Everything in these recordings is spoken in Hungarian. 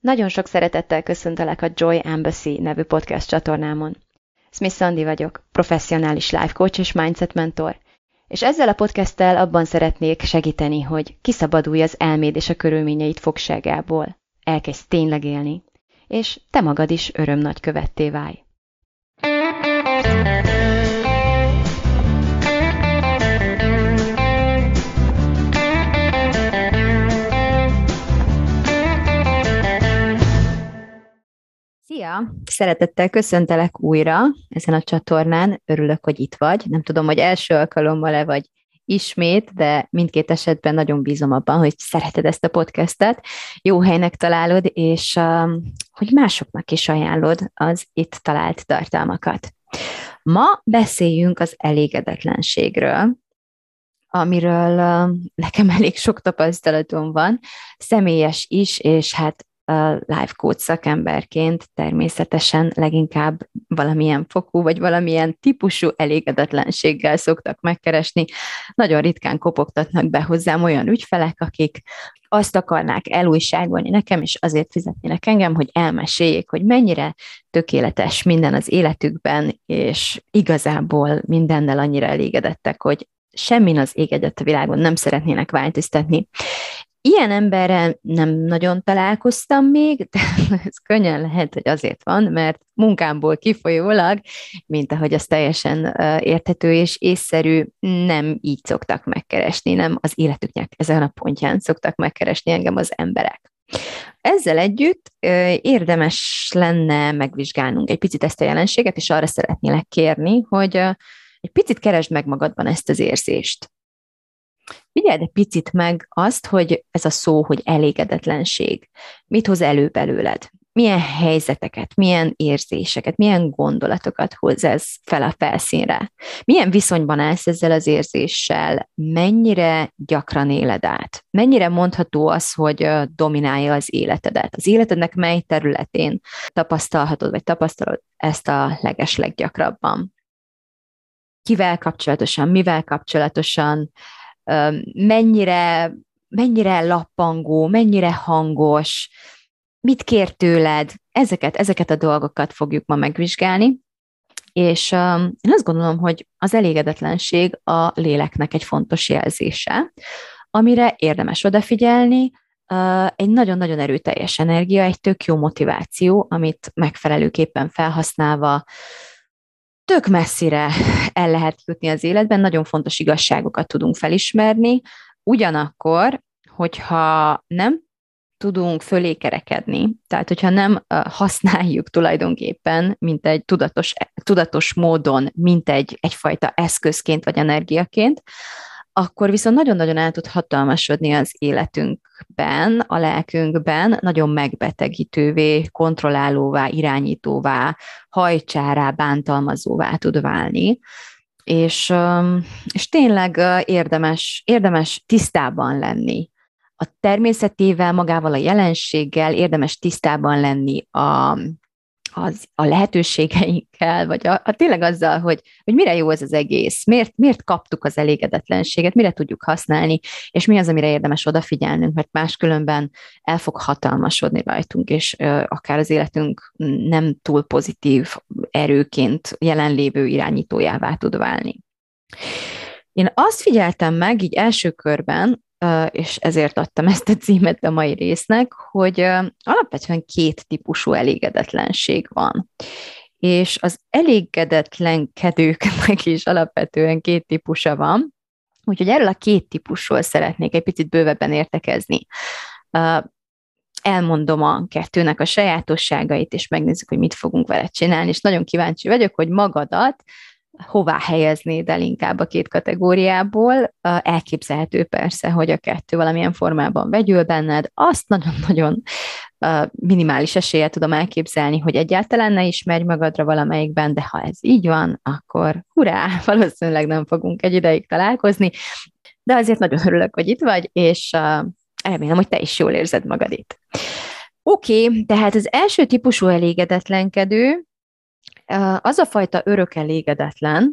Nagyon sok szeretettel köszöntelek a Joy Embassy nevű podcast csatornámon. Smith Andi vagyok, professzionális life coach és mindset mentor, és ezzel a podcasttel abban szeretnék segíteni, hogy kiszabadulj az elméd és a körülményeid fogságából, elkezdj tényleg élni, és te magad is örömnagykövetté válj. Szia! Szeretettel köszöntelek újra ezen a csatornán. Örülök, hogy itt vagy. Nem tudom, hogy első alkalommal-e vagy ismét, de mindkét esetben nagyon bízom abban, hogy szereted ezt a podcastet, jó helynek találod, és hogy másoknak is ajánlod az itt talált tartalmakat. Ma beszéljünk az elégedetlenségről, amiről nekem elég sok tapasztalatom van, személyes is, és hát life coach szakemberként természetesen leginkább valamilyen fokú, vagy valamilyen típusú elégedetlenséggel szoktak megkeresni. Nagyon ritkán kopogtatnak be hozzám olyan ügyfelek, akik azt akarnák elújságolni nekem, és azért fizetnének engem, hogy elmeséljék, hogy mennyire tökéletes minden az életükben, és igazából mindennel annyira elégedettek, hogy semmin az ég egyet a világon nem szeretnének változtatni. Ilyen emberrel nem nagyon találkoztam még, de ez könnyen lehet, hogy azért van, mert munkámból kifolyólag, mint ahogy az teljesen érthető és észszerű, nem így szoktak megkeresni, nem az életüknek ezen a pontján szoktak megkeresni engem az emberek. Ezzel együtt érdemes lenne megvizsgálnunk egy picit ezt a jelenséget, és arra szeretnélek kérni, hogy egy picit keresd meg magadban ezt az érzést. Figyeld egy picit meg azt, hogy ez a szó, hogy elégedetlenség, mit hoz elő belőled? Milyen helyzeteket, milyen érzéseket, milyen gondolatokat hoz ez fel a felszínre? Milyen viszonyban állsz ezzel az érzéssel? Mennyire gyakran éled át? Mennyire mondható az, hogy dominálja az életedet? Az életednek mely területén tapasztalhatod, vagy tapasztalod ezt a legesleggyakrabban? Kivel kapcsolatosan, mivel kapcsolatosan, mennyire lappangó, mennyire hangos, mit kér tőled, ezeket a dolgokat fogjuk ma megvizsgálni, és én azt gondolom, hogy az elégedetlenség a léleknek egy fontos jelzése, amire érdemes odafigyelni, egy nagyon-nagyon erőteljes energia, egy tök jó motiváció, amit megfelelőképpen felhasználva tök messzire el lehet jutni az életben, nagyon fontos igazságokat tudunk felismerni, ugyanakkor, hogyha nem tudunk fölé kerekedni, tehát hogyha nem használjuk tulajdonképpen, mint egy tudatos módon, mint egyfajta eszközként vagy energiaként, akkor viszont nagyon-nagyon el tud hatalmasodni az életünkben, a lelkünkben, nagyon megbetegítővé, kontrollálóvá, irányítóvá, hajcsárá, bántalmazóvá tud válni. És tényleg érdemes tisztában lenni a természetével, magával a jelenséggel, érdemes tisztában lenni a lehetőségeinkkel, vagy tényleg azzal, hogy mire jó ez az egész, miért kaptuk az elégedetlenséget, mire tudjuk használni, és mi az, amire érdemes odafigyelnünk, mert máskülönben el fog hatalmasodni rajtunk, és akár az életünk nem túl pozitív erőként jelenlévő irányítójává tud válni. Én azt figyeltem meg így első körben, és ezért adtam ezt a címet a mai résznek, hogy alapvetően két típusú elégedetlenség van. És az elégedetlenkedőknek is alapvetően két típusa van, úgyhogy erről a két típusról szeretnék egy picit bővebben értekezni. Elmondom a kettőnek a sajátosságait, és megnézzük, hogy mit fogunk vele csinálni, és nagyon kíváncsi vagyok, hogy magadat hová helyeznéd el inkább a két kategóriából. Elképzelhető persze, hogy a kettő valamilyen formában vegyül benned. Azt nagyon-nagyon minimális eséllyel tudom elképzelni, hogy egyáltalán ne ismerj magadra valamelyikben, de ha ez így van, akkor hurrá, valószínűleg nem fogunk egy ideig találkozni, de azért nagyon örülök, hogy itt vagy, és remélem, hogy te is jól érzed magad itt. Oké, tehát az első típusú elégedetlenkedő, az a fajta örök elégedetlen,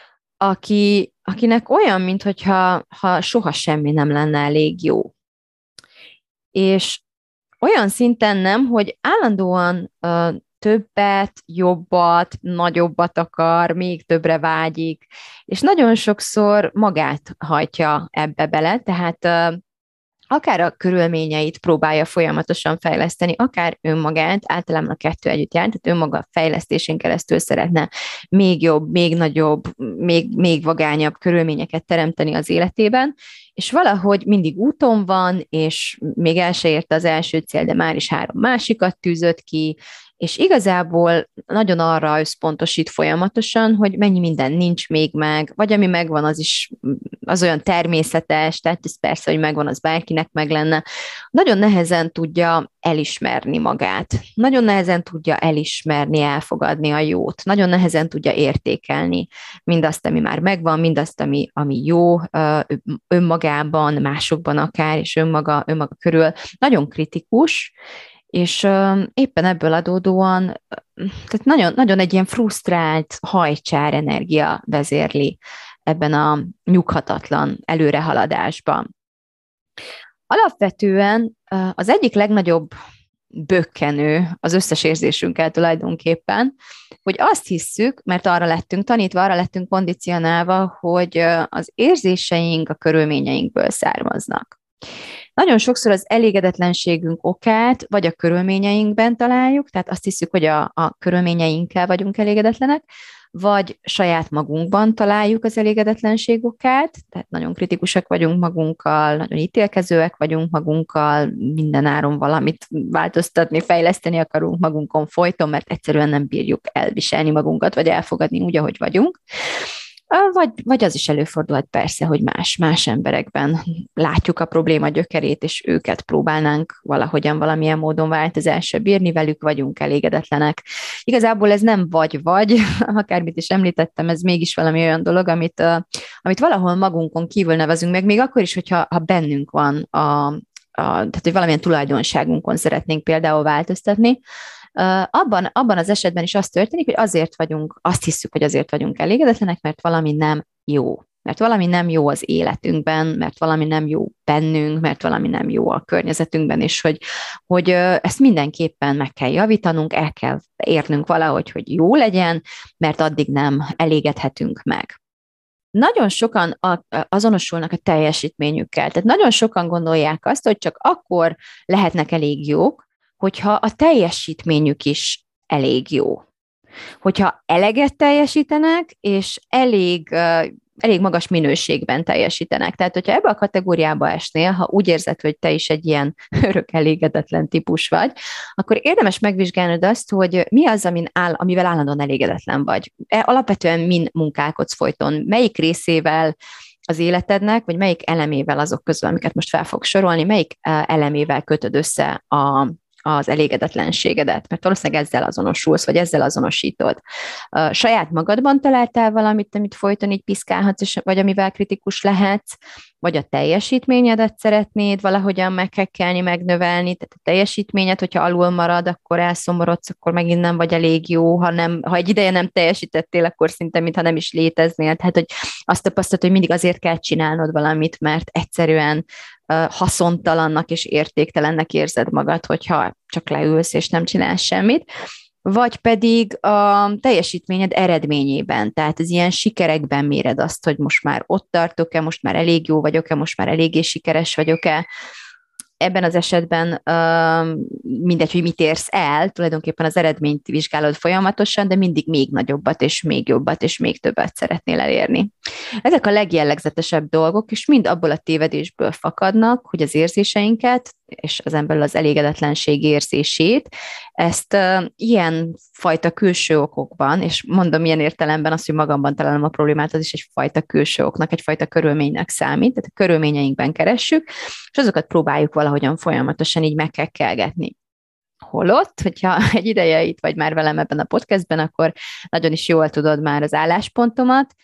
akinek olyan, mintha soha semmi nem lenne elég jó. És olyan szinten nem, hogy állandóan többet, jobbat, nagyobbat akar, még többre vágyik, és nagyon sokszor magát hajtja ebbe bele, tehát akár a körülményeit próbálja folyamatosan fejleszteni, akár önmagát, általában a kettő együtt jár, tehát önmaga fejlesztésén keresztül szeretne még jobb, még nagyobb, még vagányabb körülményeket teremteni az életében, és valahogy mindig úton van, és még el se érte az első cél, de már is 3 másikat tűzött ki, és igazából nagyon arra összpontosít folyamatosan, hogy mennyi minden nincs még meg, vagy ami megvan, az is az olyan természetes, tehát ez persze, hogy megvan, az bárkinek meg lenne. Nagyon nehezen tudja elismerni magát, nagyon nehezen tudja elismerni, elfogadni a jót, nagyon nehezen tudja értékelni mindazt, ami már megvan, mindazt, ami jó önmagában, másokban akár, és önmaga körül. Nagyon kritikus, és éppen ebből adódóan tehát nagyon, nagyon egy ilyen frusztrált hajcsár energia vezérli ebben a nyughatatlan előrehaladásban. Alapvetően az egyik legnagyobb bökkenő az összes érzésünkkel tulajdonképpen, hogy azt hisszük, mert arra lettünk tanítva, arra lettünk kondicionálva, hogy az érzéseink a körülményeinkből származnak. Nagyon sokszor az elégedetlenségünk okát vagy a körülményeinkben találjuk, tehát azt hiszük, hogy a körülményeinkkel vagyunk elégedetlenek, vagy saját magunkban találjuk az elégedetlenség okát, tehát nagyon kritikusak vagyunk magunkkal, nagyon ítélkezőek vagyunk magunkkal, minden áron valamit változtatni, fejleszteni akarunk magunkon folyton, mert egyszerűen nem bírjuk elviselni magunkat, vagy elfogadni úgy, ahogy vagyunk. Vagy az is előfordulhat persze, hogy más emberekben látjuk a probléma gyökerét, és őket próbálnánk valahogyan, valamilyen módon változásra bírni, velük vagyunk elégedetlenek. Igazából ez nem vagy, akármit is említettem, ez mégis valami olyan dolog, amit valahol magunkon kívül nevezünk meg, még akkor is, hogyha bennünk van, tehát hogy valamilyen tulajdonságunkon szeretnénk például változtatni. Abban az esetben is az történik, hogy azt hiszük, hogy azért vagyunk elégedetlenek, mert valami nem jó. Mert valami nem jó az életünkben, mert valami nem jó bennünk, mert valami nem jó a környezetünkben, és hogy ezt mindenképpen meg kell javítanunk, el kell érnünk valahogy, hogy jó legyen, mert addig nem elégedhetünk meg. Nagyon sokan azonosulnak a teljesítményükkel, tehát nagyon sokan gondolják azt, hogy csak akkor lehetnek elég jók, hogyha a teljesítményük is elég jó. Hogyha eleget teljesítenek, és elég magas minőségben teljesítenek. Tehát, hogyha ebbe a kategóriába esnél, ha úgy érzed, hogy te is egy ilyen örök elégedetlen típus vagy, akkor érdemes megvizsgálnod azt, hogy mi az, amivel állandóan elégedetlen vagy. Alapvetően min munkálkodsz folyton, melyik részével az életednek, vagy melyik elemével azok közül, amiket most fel fog sorolni, melyik elemével kötöd össze az elégedetlenségedet, mert valószínűleg ezzel azonosulsz, vagy ezzel azonosítod. Saját magadban találtál valamit, amit folyton így piszkálhatsz, vagy amivel kritikus lehetsz, vagy a teljesítményedet szeretnéd valahogyan megkekkelni, megnövelni, tehát a teljesítményed, hogyha alul marad, akkor elszomorodsz, akkor megint nem vagy elég jó, ha egy ideje nem teljesítettél, akkor szinte mintha nem is léteznél, tehát hogy azt tapasztalod, hogy mindig azért kell csinálnod valamit, mert egyszerűen haszontalannak és értéktelennek érzed magad, hogyha csak leülsz és nem csinálsz semmit, vagy pedig a teljesítményed eredményében, tehát az ilyen sikerekben méred azt, hogy most már ott tartok-e, most már elég jó vagyok-e, most már eléggé sikeres vagyok-e. Ebben az esetben mindegy, hogy mit érsz el, tulajdonképpen az eredményt vizsgálod folyamatosan, de mindig még nagyobbat, és még jobbat, és még többet szeretnél elérni. Ezek a legjellegzetesebb dolgok, és mind abból a tévedésből fakadnak, hogy az érzéseinket, és az belül az elégedetlenség érzését, ezt ilyen fajta külső okokban, és mondom ilyen értelemben azt, hogy magamban találom a problémát, az is egyfajta külső oknak, egyfajta körülménynek számít, tehát a körülményeinkben keressük, és azokat próbáljuk valahogyan folyamatosan így megkekkelgetni. Holott, hogyha egy ideje itt vagy már velem ebben a podcastben, akkor nagyon is jól tudod már az álláspontomat,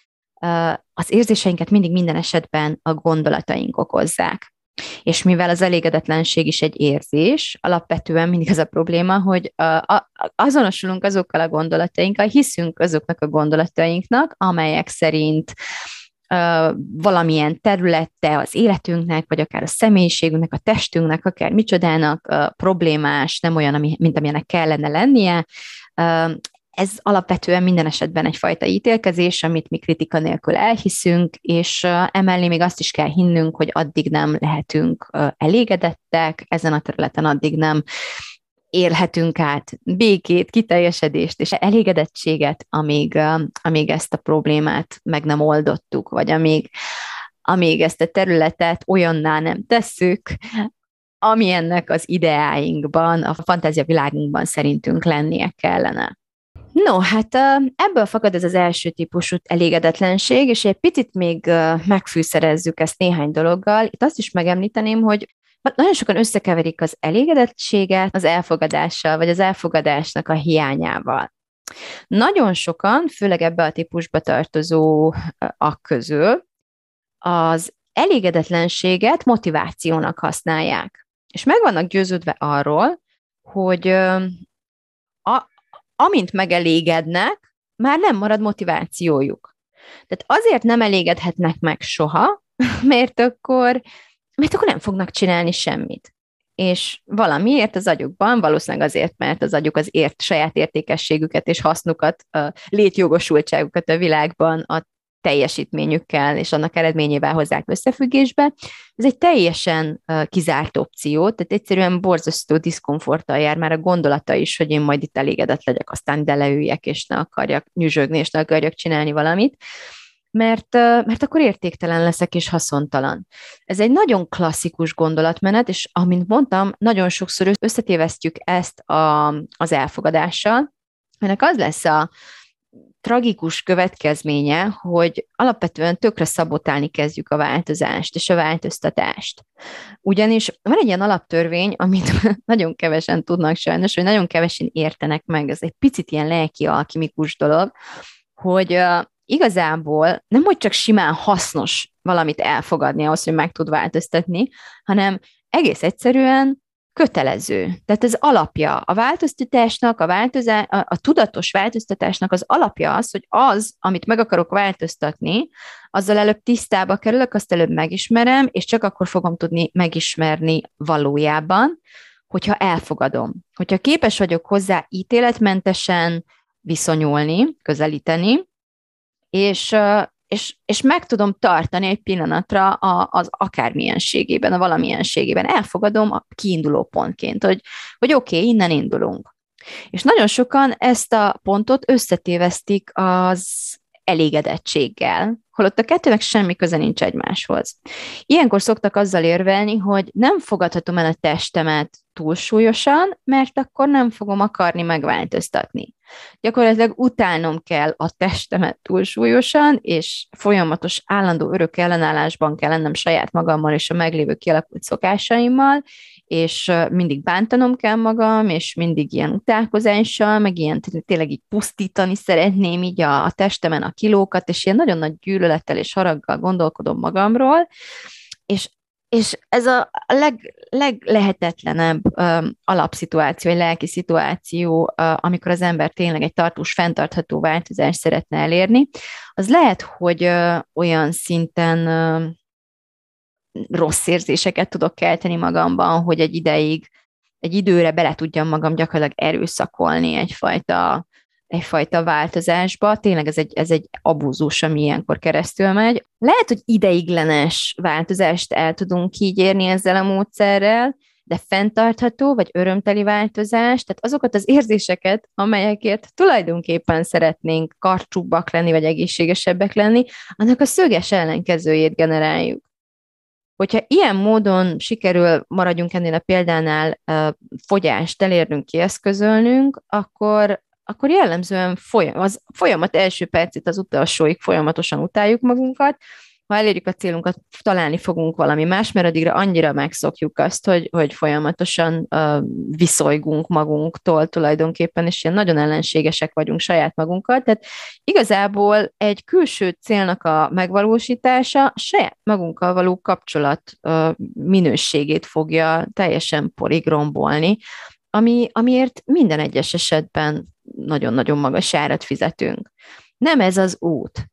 az érzéseinket mindig minden esetben a gondolataink okozzák. És mivel az elégedetlenség is egy érzés, alapvetően mindig az a probléma, hogy azonosulunk azokkal a gondolatainkkal, hiszünk azoknak a gondolatainknak, amelyek szerint valamilyen területe az életünknek, vagy akár a személyiségünknek, a testünknek, akár micsodának problémás, nem olyan, mint amilyenek kellene lennie. Ez alapvetően minden esetben egyfajta ítélkezés, amit mi kritika nélkül elhiszünk, és emellé még azt is kell hinnünk, hogy addig nem lehetünk elégedettek, ezen a területen addig nem élhetünk át békét, kiteljesedést és elégedettséget, amíg ezt a problémát meg nem oldottuk, vagy amíg ezt a területet olyanná nem tesszük, ami ennek az ideáinkban, a fantázia világunkban szerintünk lennie kellene. No, hát ebből fakad ez az első típusú elégedetlenség, és egy picit még megfűszerezzük ezt néhány dologgal. Itt azt is megemlíteném, hogy nagyon sokan összekeverik az elégedettséget az elfogadással, vagy az elfogadásnak a hiányával. Nagyon sokan, főleg ebbe a típusba tartozóak közül, az elégedetlenséget motivációnak használják. És meg vannak győződve arról, hogy amint megelégednek, már nem marad motivációjuk. Tehát azért nem elégedhetnek meg soha, mert akkor nem fognak csinálni semmit. És valamiért az agyukban, valószínűleg azért, mert az agyuk az saját értékességüket és hasznukat, a létjogosultságukat a világban a teljesítményükkel és annak eredményével hozzák összefüggésbe. Ez egy teljesen kizárt opció, tehát egyszerűen borzasztó diszkomforttal jár már a gondolata is, hogy én majd itt elégedett legyek, aztán ide leüljek, és ne akarjak nyüzsögni, és ne akarjak csinálni valamit, mert akkor értéktelen leszek, és haszontalan. Ez egy nagyon klasszikus gondolatmenet, és amint mondtam, nagyon sokszor összetévesztjük ezt az elfogadással, ennek az lesz a tragikus következménye, hogy alapvetően tökre szabotálni kezdjük a változást és a változtatást. Ugyanis van egy ilyen alaptörvény, amit nagyon kevesen tudnak sajnos, hogy nagyon kevesen értenek meg, ez egy picit ilyen lelki alkimikus dolog, hogy igazából nem, hogy csak simán hasznos valamit elfogadni ahhoz, hogy meg tud változtatni, hanem egész egyszerűen kötelező. Tehát ez alapja a változtatásnak, a tudatos változtatásnak az alapja az, hogy az, amit meg akarok változtatni, azzal előbb tisztába kerülök, azt előbb megismerem, és csak akkor fogom tudni megismerni valójában, hogyha elfogadom. Hogyha képes vagyok hozzá ítéletmentesen viszonyulni, közelíteni, és meg tudom tartani egy pillanatra az akármilyenségében, a valamilyenségében. Elfogadom a kiinduló pontként, hogy oké, innen indulunk. És nagyon sokan ezt a pontot összetévesztik az elégedettséggel, holott a kettőnek semmi köze nincs egymáshoz. Ilyenkor szoktak azzal érvelni, hogy nem fogadhatom el a testemet túlsúlyosan, mert akkor nem fogom akarni megváltoztatni. Gyakorlatilag utálnom kell a testemet túlsúlyosan, és folyamatos, állandó örök ellenállásban kell lennem saját magammal és a meglévő kialakult szokásaimmal, és mindig bántanom kell magam, és mindig ilyen utálkozással, meg ilyen tényleg így pusztítani szeretném így a testemen a kilókat, és ilyen nagyon nagy gyűlölettel és haraggal gondolkodom magamról, és ez a leglehetetlenebb alapszituáció, egy lelki szituáció, amikor az ember tényleg egy tartós, fenntartható változást szeretne elérni, az lehet, hogy olyan szinten rossz érzéseket tudok kelteni magamban, hogy egy időre bele tudjam magam gyakorlatilag erőszakolni egyfajta változásba. Tényleg ez egy abúzus, ami ilyenkor keresztül megy. Lehet, hogy ideiglenes változást el tudunk így érni ezzel a módszerrel, de fenntartható vagy örömteli változás, tehát azokat az érzéseket, amelyekért tulajdonképpen szeretnénk karcsúbbak lenni, vagy egészségesebbek lenni, annak a szöges ellenkezőjét generáljuk. Hogyha ilyen módon sikerül, maradjunk ennél a példánál, fogyást elérnünk, kieszközölnünk, akkor jellemzően az folyamat első percét az utolsóig folyamatosan utáljuk magunkat. Ha elérjük a célunkat, találni fogunk valami más, mert addigra annyira megszokjuk azt, hogy folyamatosan viszolygunk magunktól tulajdonképpen, és ilyen nagyon ellenségesek vagyunk saját magunkkal. Tehát igazából egy külső célnak a megvalósítása saját magunkkal való kapcsolat minőségét fogja teljesen porig rombolni, amiért minden egyes esetben nagyon-nagyon magas árat fizetünk. Nem ez az út.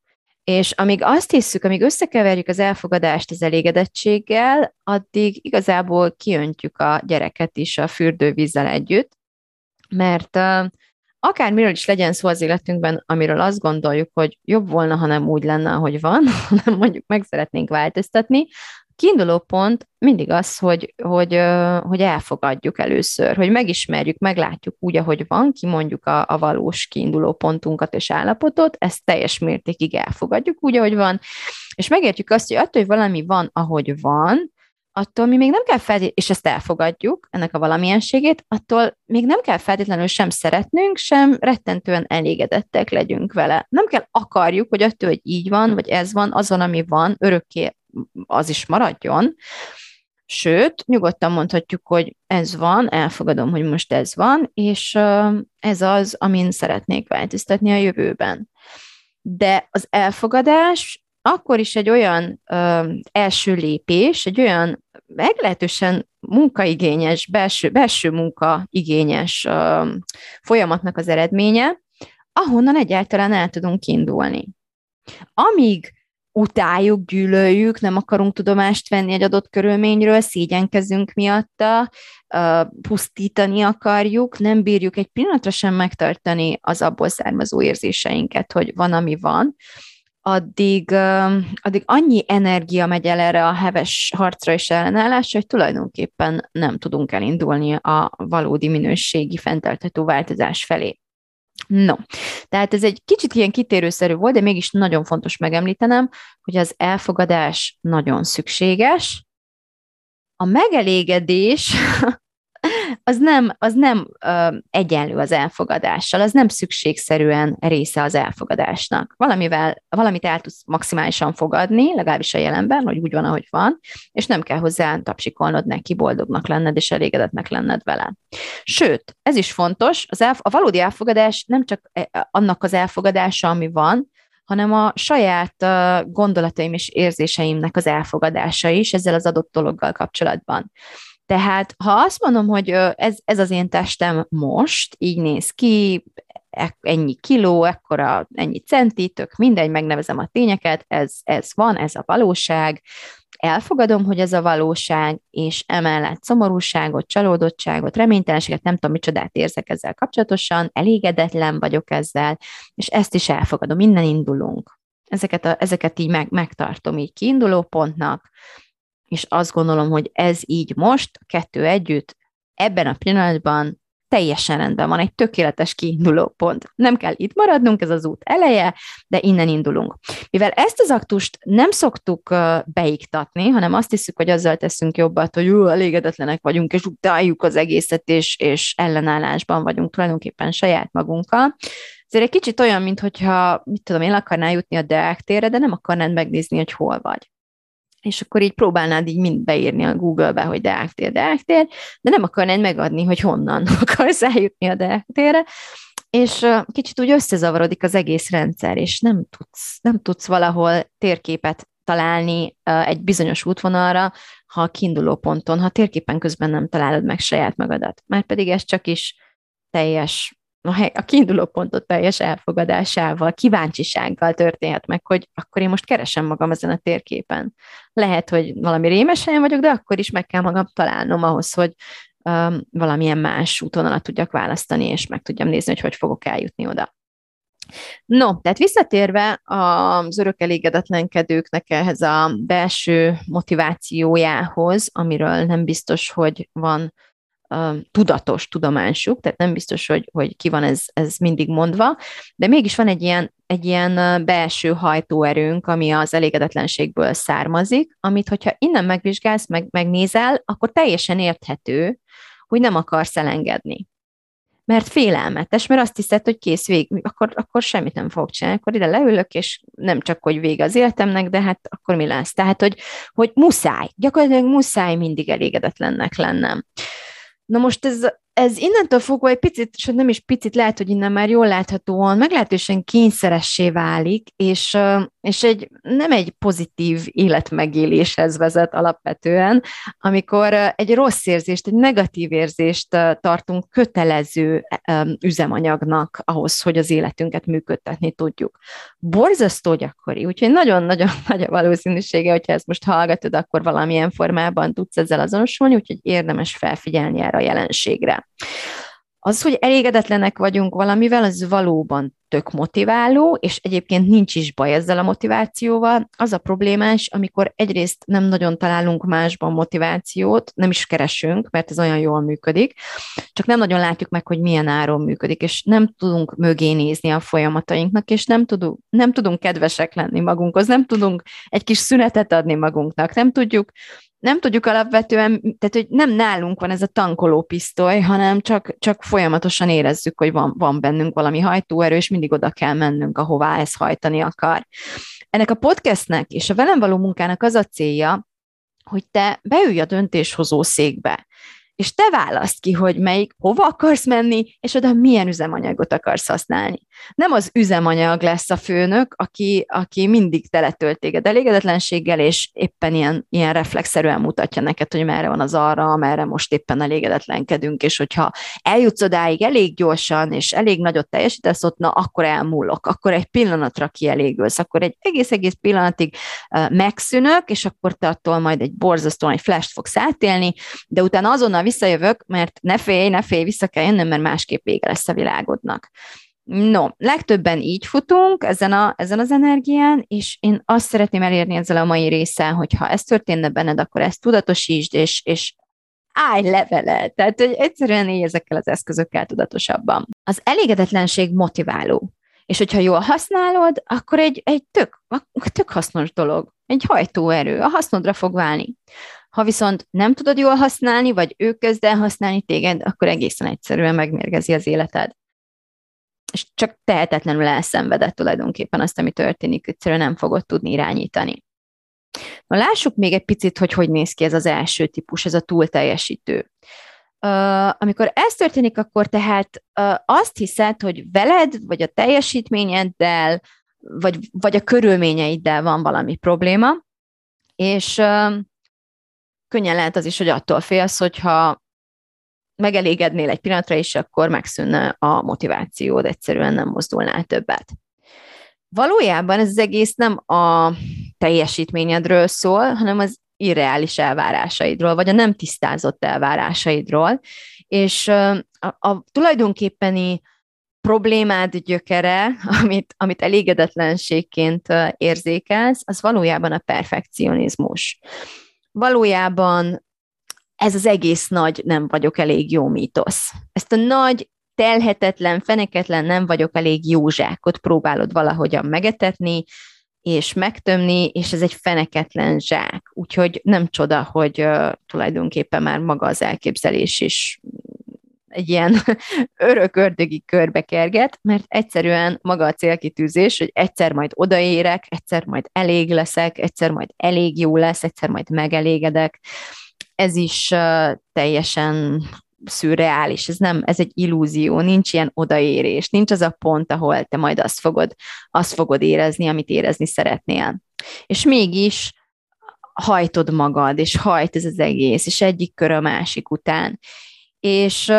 És amíg azt hisszük, amíg összekeverjük az elfogadást az elégedettséggel, addig igazából kiöntjük a gyereket is a fürdővízzel együtt, mert akármiről is legyen szó az életünkben, amiről azt gondoljuk, hogy jobb volna, ha nem úgy lenne, ahogy van, hanem mondjuk meg szeretnénk változtatni, kiinduló pont mindig az, hogy elfogadjuk először, hogy megismerjük, meglátjuk úgy, ahogy van, kimondjuk a valós kiinduló pontunkat és állapotot, ezt teljes mértékig elfogadjuk úgy, ahogy van, és megértjük azt, hogy attól, hogy valami van, ahogy van, attól mi még nem kell feltétlenül, és ezt elfogadjuk, ennek a valamienségét, attól még nem kell feltétlenül sem szeretnünk, sem rettentően elégedettek legyünk vele. Nem kell akarjuk, hogy attól, hogy így van, vagy ez van, azon, ami van, örökké az is maradjon. Sőt, nyugodtan mondhatjuk, hogy ez van, elfogadom, hogy most ez van, és ez az, amin szeretnék változtatni a jövőben. De az elfogadás akkor is egy olyan első lépés, egy olyan meglehetősen munkaigényes, belső munkaigényes folyamatnak az eredménye, ahonnan egyáltalán el tudunk indulni. Amíg utáljuk, gyűlöljük, nem akarunk tudomást venni egy adott körülményről, szégyenkezünk miatta, pusztítani akarjuk, nem bírjuk egy pillanatra sem megtartani az abból származó érzéseinket, hogy van, ami van, addig annyi energia megy el erre a heves harcra és ellenállásra, hogy tulajdonképpen nem tudunk elindulni a valódi minőségi, fenntartható változás felé. No, tehát ez egy kicsit ilyen kitérőszerű volt, de mégis nagyon fontos megemlítenem, hogy az elfogadás nagyon szükséges. A megelégedés az nem egyenlő az elfogadással, az nem szükségszerűen része az elfogadásnak. Valamit el tudsz maximálisan fogadni, legalábbis a jelenben, hogy úgy van, ahogy van, és nem kell hozzá tapsikolnod neki, boldognak lenned és elégedetnek lenned vele. Sőt, ez is fontos, a valódi elfogadás nem csak annak az elfogadása, ami van, hanem a saját gondolataim és érzéseimnek az elfogadása is ezzel az adott dologgal kapcsolatban. Tehát, ha azt mondom, hogy ez az én testem most, így néz ki, ennyi kiló, ekkora, ennyi centi, tök mindegy, megnevezem a tényeket, ez van, ez a valóság, elfogadom, hogy ez a valóság, és emellett szomorúságot, csalódottságot, reménytelenséget, nem tudom, micsodát érzek ezzel kapcsolatosan, elégedetlen vagyok ezzel, és ezt is elfogadom, innen indulunk. Ezeket így megtartom így kiinduló pontnak, és azt gondolom, hogy ez így most, kettő együtt, ebben a pillanatban teljesen rendben van, egy tökéletes kiinduló pont. Nem kell itt maradnunk, ez az út eleje, de innen indulunk. Mivel ezt az aktust nem szoktuk beiktatni, hanem azt hiszük, hogy azzal teszünk jobbat, hogy elégedetlenek vagyunk, és utáljuk az egészet, és ellenállásban vagyunk tulajdonképpen saját magunkkal. Ezért egy kicsit olyan, mintha, mit tudom, én akarnál jutni a Deák térre, de nem akarnád megnézni, hogy hol vagy. És akkor így próbálnád így mind beírni a Google-be, hogy Deák tér, de nem akarnád megadni, hogy honnan akarsz eljutni a Deák térre, és kicsit úgy összezavarodik az egész rendszer, és nem tudsz valahol térképet találni egy bizonyos útvonalra, ha a kiinduló ponton, ha térképen közben nem találod meg saját magadat. Márpedig ez csak is teljes, a kiinduló pontot teljes elfogadásával, kíváncsisággal történhet meg, hogy akkor én most keresem magam ezen a térképen. Lehet, hogy valami rémes helyen vagyok, de akkor is meg kell magam találnom ahhoz, hogy valamilyen más útvonalat tudjak választani, és meg tudjam nézni, hogy fogok eljutni oda. No, tehát visszatérve az örök elégedetlenkedőknek ehhez a belső motivációjához, amiről nem biztos, hogy van tudatos tudomásuk, tehát nem biztos, hogy ki van ez mindig mondva, de mégis van egy ilyen belső hajtóerőnk, ami az elégedetlenségből származik, amit, hogyha innen megvizsgálsz, megnézel, akkor teljesen érthető, hogy nem akarsz elengedni. Mert félelmetes, mert azt hiszed, hogy kész akkor semmit nem fogok csinálni, akkor ide leülök, és nem csak, hogy vége az életemnek, de hát akkor mi lesz? Tehát, hogy muszáj, gyakorlatilag muszáj mindig elégedetlennek lennem. Na most ez innentől fogva egy picit, és nem is picit, lehet, hogy innen már jól láthatóan meglehetősen kényszeressé válik, és és nem egy pozitív életmegéléshez vezet alapvetően, amikor egy rossz érzést, egy negatív érzést tartunk kötelező üzemanyagnak ahhoz, hogy az életünket működtetni tudjuk. Borzasztó gyakori, úgyhogy nagyon-nagyon nagy a valószínűsége, hogyha ezt most hallgatod, akkor valamilyen formában tudsz ezzel azonosulni, úgyhogy érdemes felfigyelni erre a jelenségre. Az, hogy elégedetlenek vagyunk valamivel, az valóban tök motiváló, és egyébként nincs is baj ezzel a motivációval. Az a problémás, amikor egyrészt nem nagyon találunk másban motivációt, nem is keresünk, mert ez olyan jól működik, csak nem nagyon látjuk meg, hogy milyen áron működik, és nem tudunk mögé nézni a folyamatainknak, és nem tudunk kedvesek lenni magunkhoz, nem tudunk egy kis szünetet adni magunknak, nem tudjuk alapvetően, tehát hogy nem nálunk van ez a tankolópisztoly, hanem csak folyamatosan érezzük, hogy van bennünk valami hajtóerő, és mindig oda kell mennünk, ahová ez hajtani akar. Ennek a podcastnek és a velem való munkának az a célja, hogy te beülj a döntéshozó székbe, és te válaszd ki, hogy hova akarsz menni, és oda milyen üzemanyagot akarsz használni. Nem az üzemanyag lesz a főnök, aki mindig teletölt téged elégedetlenséggel, és éppen ilyen reflexzerűen mutatja neked, hogy merre van az arra, amerre most éppen elégedetlenkedünk, és hogyha eljutsz odáig elég gyorsan, és elég nagyot teljesítesz ott, na, akkor elmúlok, akkor egy pillanatra kielégülsz, akkor egy egész pillanatig megszűnök, és akkor te attól majd egy borzasztóan egy flash-t fogsz átélni, de utána azonnal visszajövök, mert ne félj, vissza kell jönnöm, mert másképp vége lesz a világodnak. No, legtöbben így futunk ezen az energián, és én azt szeretném elérni ezzel a mai résszel, hogy ha ez történne benned, akkor ezt tudatosítsd, és állj le vele. Tehát, hogy egyszerűen élj ezekkel az eszközökkel tudatosabban. Az elégedetlenség motiváló, és hogyha jól használod, akkor egy tök hasznos dolog, egy hajtóerő, a hasznodra fog válni. Ha viszont nem tudod jól használni, vagy ő kezd el használni téged, akkor egészen egyszerűen megmérgezi az életed. És csak tehetetlenül elszenvedett tulajdonképpen azt, ami történik, egyszerűen nem fogod tudni irányítani. Na, lássuk még egy picit, hogy néz ki ez az első típus, ez a túlteljesítő. Amikor ez történik, akkor tehát azt hiszed, hogy veled, vagy a teljesítményeddel, vagy a körülményeiddel van valami probléma, és könnyen lehet az is, hogy attól félsz, hogyha megelégednél egy pillanatra, és akkor megszűnne a motivációd, egyszerűen nem mozdulnál többet. Valójában ez az egész nem a teljesítményedről szól, hanem az irreális elvárásaidról, vagy a nem tisztázott elvárásaidról, és a tulajdonképpeni problémád gyökere, amit elégedetlenségként érzékelsz, az valójában a perfekcionizmus. Valójában ez az egész nagy nem vagyok elég jó mítosz. Ezt a nagy, telhetetlen, feneketlen nem vagyok elég jó zsákot próbálod valahogyan megetetni, és megtömni, és ez egy feneketlen zsák. Úgyhogy nem csoda, hogy tulajdonképpen már maga az elképzelés is egy ilyen örök ördögi körbe kerget, mert egyszerűen maga a célkitűzés, hogy egyszer majd odaérek, egyszer majd elég leszek, egyszer majd elég jó lesz, egyszer majd megelégedek. Ez is teljesen szürreális, ez egy illúzió, nincs ilyen odaérés, nincs az a pont, ahol te majd azt fogod érezni, amit érezni szeretnél. És mégis hajtod magad, és hajt ez az egész, és egyik kör a másik után. És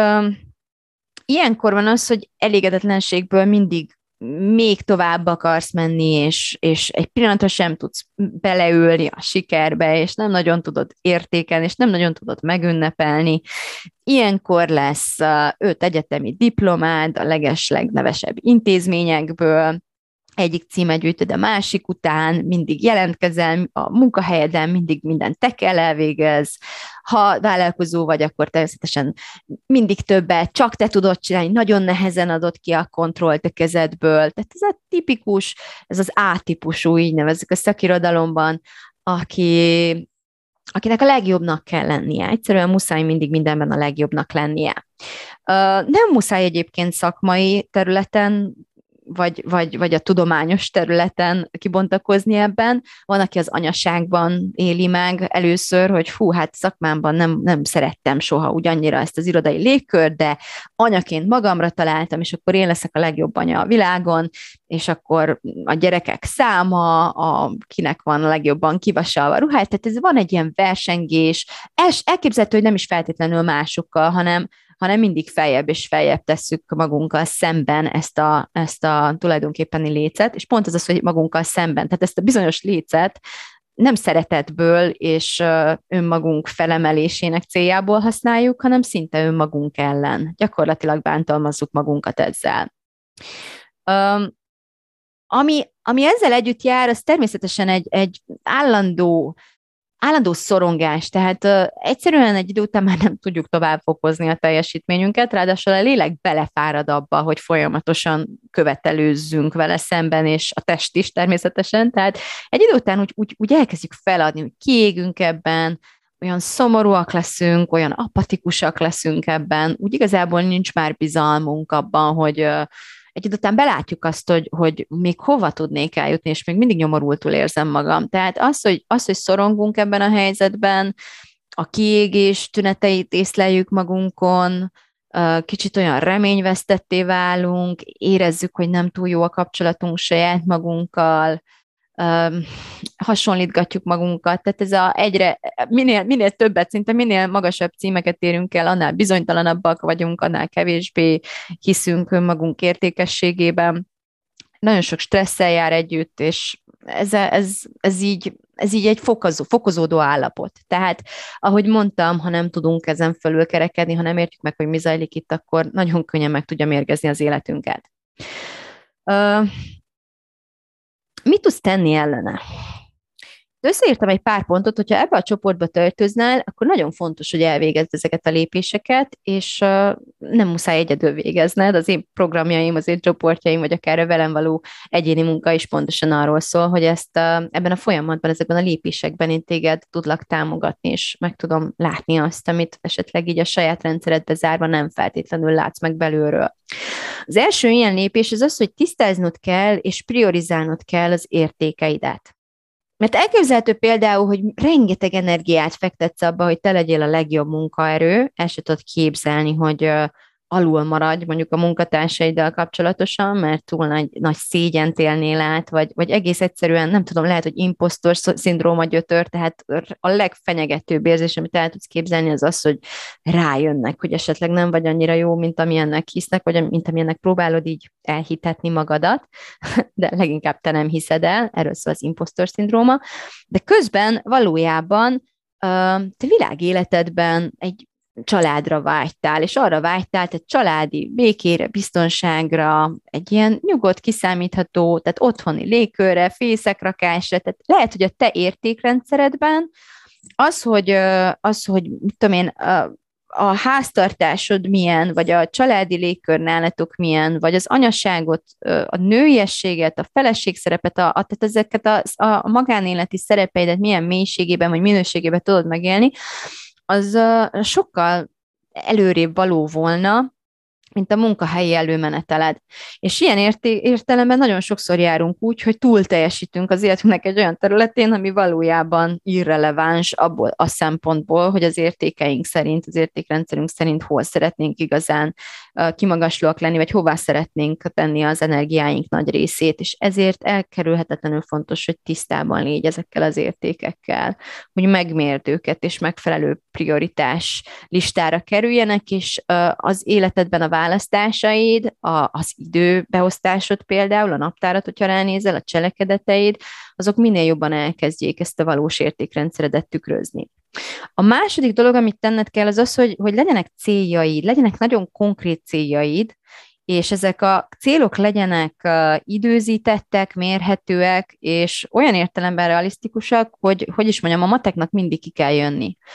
ilyenkor van az, hogy elégedetlenségből mindig még tovább akarsz menni, és egy pillanatra sem tudsz beleülni a sikerbe, és nem nagyon tudod értékelni, és nem nagyon tudod megünnepelni. Ilyenkor lesz 5 egyetemi diplomád a legeslegnevesebb intézményekből, egyik címet gyűjtöd a másik után, mindig jelentkezel a munkahelyeden, mindig mindent te kell elvégez. Ha vállalkozó vagy, akkor természetesen mindig többet, csak te tudod csinálni, nagyon nehezen adod ki a kontrollt a kezedből. Tehát ez a tipikus, ez az A-típusú, így nevezzük a szakirodalomban, akinek a legjobbnak kell lennie. Egyszerűen muszáj mindig mindenben a legjobbnak lennie. Nem muszáj egyébként szakmai területen vagy a tudományos területen kibontakozni ebben. Van, aki az anyaságban éli meg először, hogy fú, hát szakmámban nem szerettem soha úgy annyira ezt az irodai légkört, de anyaként magamra találtam, és akkor én leszek a legjobb anya a világon, és akkor a gyerekek száma, kinek van a legjobban kivasalva a ruháját, tehát ez van egy ilyen versengés, elképzelhető, hogy nem is feltétlenül másokkal, hanem mindig feljebb és feljebb tesszük magunkkal szemben ezt a tulajdonképpeni lécet, és pont az, hogy magunkkal szemben, tehát ezt a bizonyos lécet nem szeretetből és önmagunk felemelésének céljából használjuk, hanem szinte önmagunk ellen. Gyakorlatilag bántalmazzuk magunkat ezzel. Ami ezzel együtt jár, az természetesen egy állandó szorongás, tehát egyszerűen egy idő után már nem tudjuk tovább fokozni a teljesítményünket, ráadásul a lélek belefárad abba, hogy folyamatosan követelőzzünk vele szemben, és a test is természetesen, tehát egy idő után úgy elkezdjük feladni, hogy kiégünk ebben, olyan szomorúak leszünk, olyan apatikusak leszünk ebben, úgy igazából nincs már bizalmunk abban, hogy egy idő után belátjuk azt, hogy még hova tudnék eljutni, és még mindig nyomorultul érzem magam. Tehát hogy szorongunk ebben a helyzetben, a kiégés tüneteit észleljük magunkon, kicsit olyan reményvesztetté válunk, érezzük, hogy nem túl jó a kapcsolatunk saját magunkkal, hasonlítgatjuk magunkat, tehát minél többet, szinte minél magasabb címeket érünk el, annál bizonytalanabbak vagyunk, annál kevésbé hiszünk önmagunk értékességében. Nagyon sok stresszel jár együtt, és ez így egy fokozódó állapot. Tehát, ahogy mondtam, ha nem tudunk ezen fölül kerekedni, ha nem értjük meg, hogy mi zajlik itt, akkor nagyon könnyen meg tudja mérgezni az életünket. Mit tudsz tenni ellene? Összeírtam egy pár pontot, hogyha ebbe a csoportba tartoznál, akkor nagyon fontos, hogy elvégezd ezeket a lépéseket, és nem muszáj egyedül végezned. Az én programjaim, az én csoportjaim, vagy akár a velem való egyéni munka is pontosan arról szól, hogy ebben a folyamatban, ezekben a lépésekben én téged tudlak támogatni, és meg tudom látni azt, amit esetleg így a saját rendszeredbe zárva nem feltétlenül látsz meg belülről. Az első ilyen lépés az, hogy tisztáznod kell, és priorizálnod kell az értékeidet. Mert elképzelhető például, hogy rengeteg energiát fektetsz abba, hogy te legyél a legjobb munkaerő, el se tudod képzelni, hogy alul maradj mondjuk a munkatársaiddal kapcsolatosan, mert túl nagy szégyent élnél át, vagy egész egyszerűen, nem tudom, lehet, hogy imposztor szindróma gyötör, tehát a legfenyegetőbb érzés, amit el tudsz képzelni, az az, hogy rájönnek, hogy esetleg nem vagy annyira jó, mint amilyennek hisznek, vagy mint amilyennek próbálod így elhitetni magadat, de leginkább te nem hiszed el, erről szól az imposztor szindróma, de közben valójában te világéletedben egy családra vágytál, és arra vágytál, egy családi békére, biztonságra, egy ilyen nyugodt, kiszámítható, tehát otthoni légkörre, fészekrakásra, tehát lehet, hogy a te értékrendszeredben hogy mit tudom én, a háztartásod milyen, vagy a családi légkör nálatok milyen, vagy az anyaságot, a nőiességet, a feleségszerepet, tehát ezeket a magánéleti szerepeidet milyen mélységében, vagy minőségében tudod megélni, az sokkal előrébb való volna, mint a munkahelyi előmeneteled. És ilyen értelemben nagyon sokszor járunk úgy, hogy túl teljesítünk az életünknek egy olyan területén, ami valójában irreleváns abból a szempontból, hogy az értékeink szerint, az értékrendszerünk szerint hol szeretnénk igazán kimagaslóak lenni, vagy hová szeretnénk tenni az energiáink nagy részét, és ezért elkerülhetetlenül fontos, hogy tisztában légy ezekkel az értékekkel, hogy megmérd őket, és megfelelő prioritás listára kerüljenek, és az életedben a választásaid, az időbeosztásod például, a naptárat, hogyha ránézel, a cselekedeteid, azok minél jobban elkezdjék ezt a valós értékrendszeredet tükrözni. A második dolog, amit tenned kell, az az, hogy legyenek céljaid, legyenek nagyon konkrét céljaid, és ezek a célok legyenek időzítettek, mérhetőek, és olyan értelemben realisztikusak, hogy is mondjam, a mateknak mindig ki kell jönni.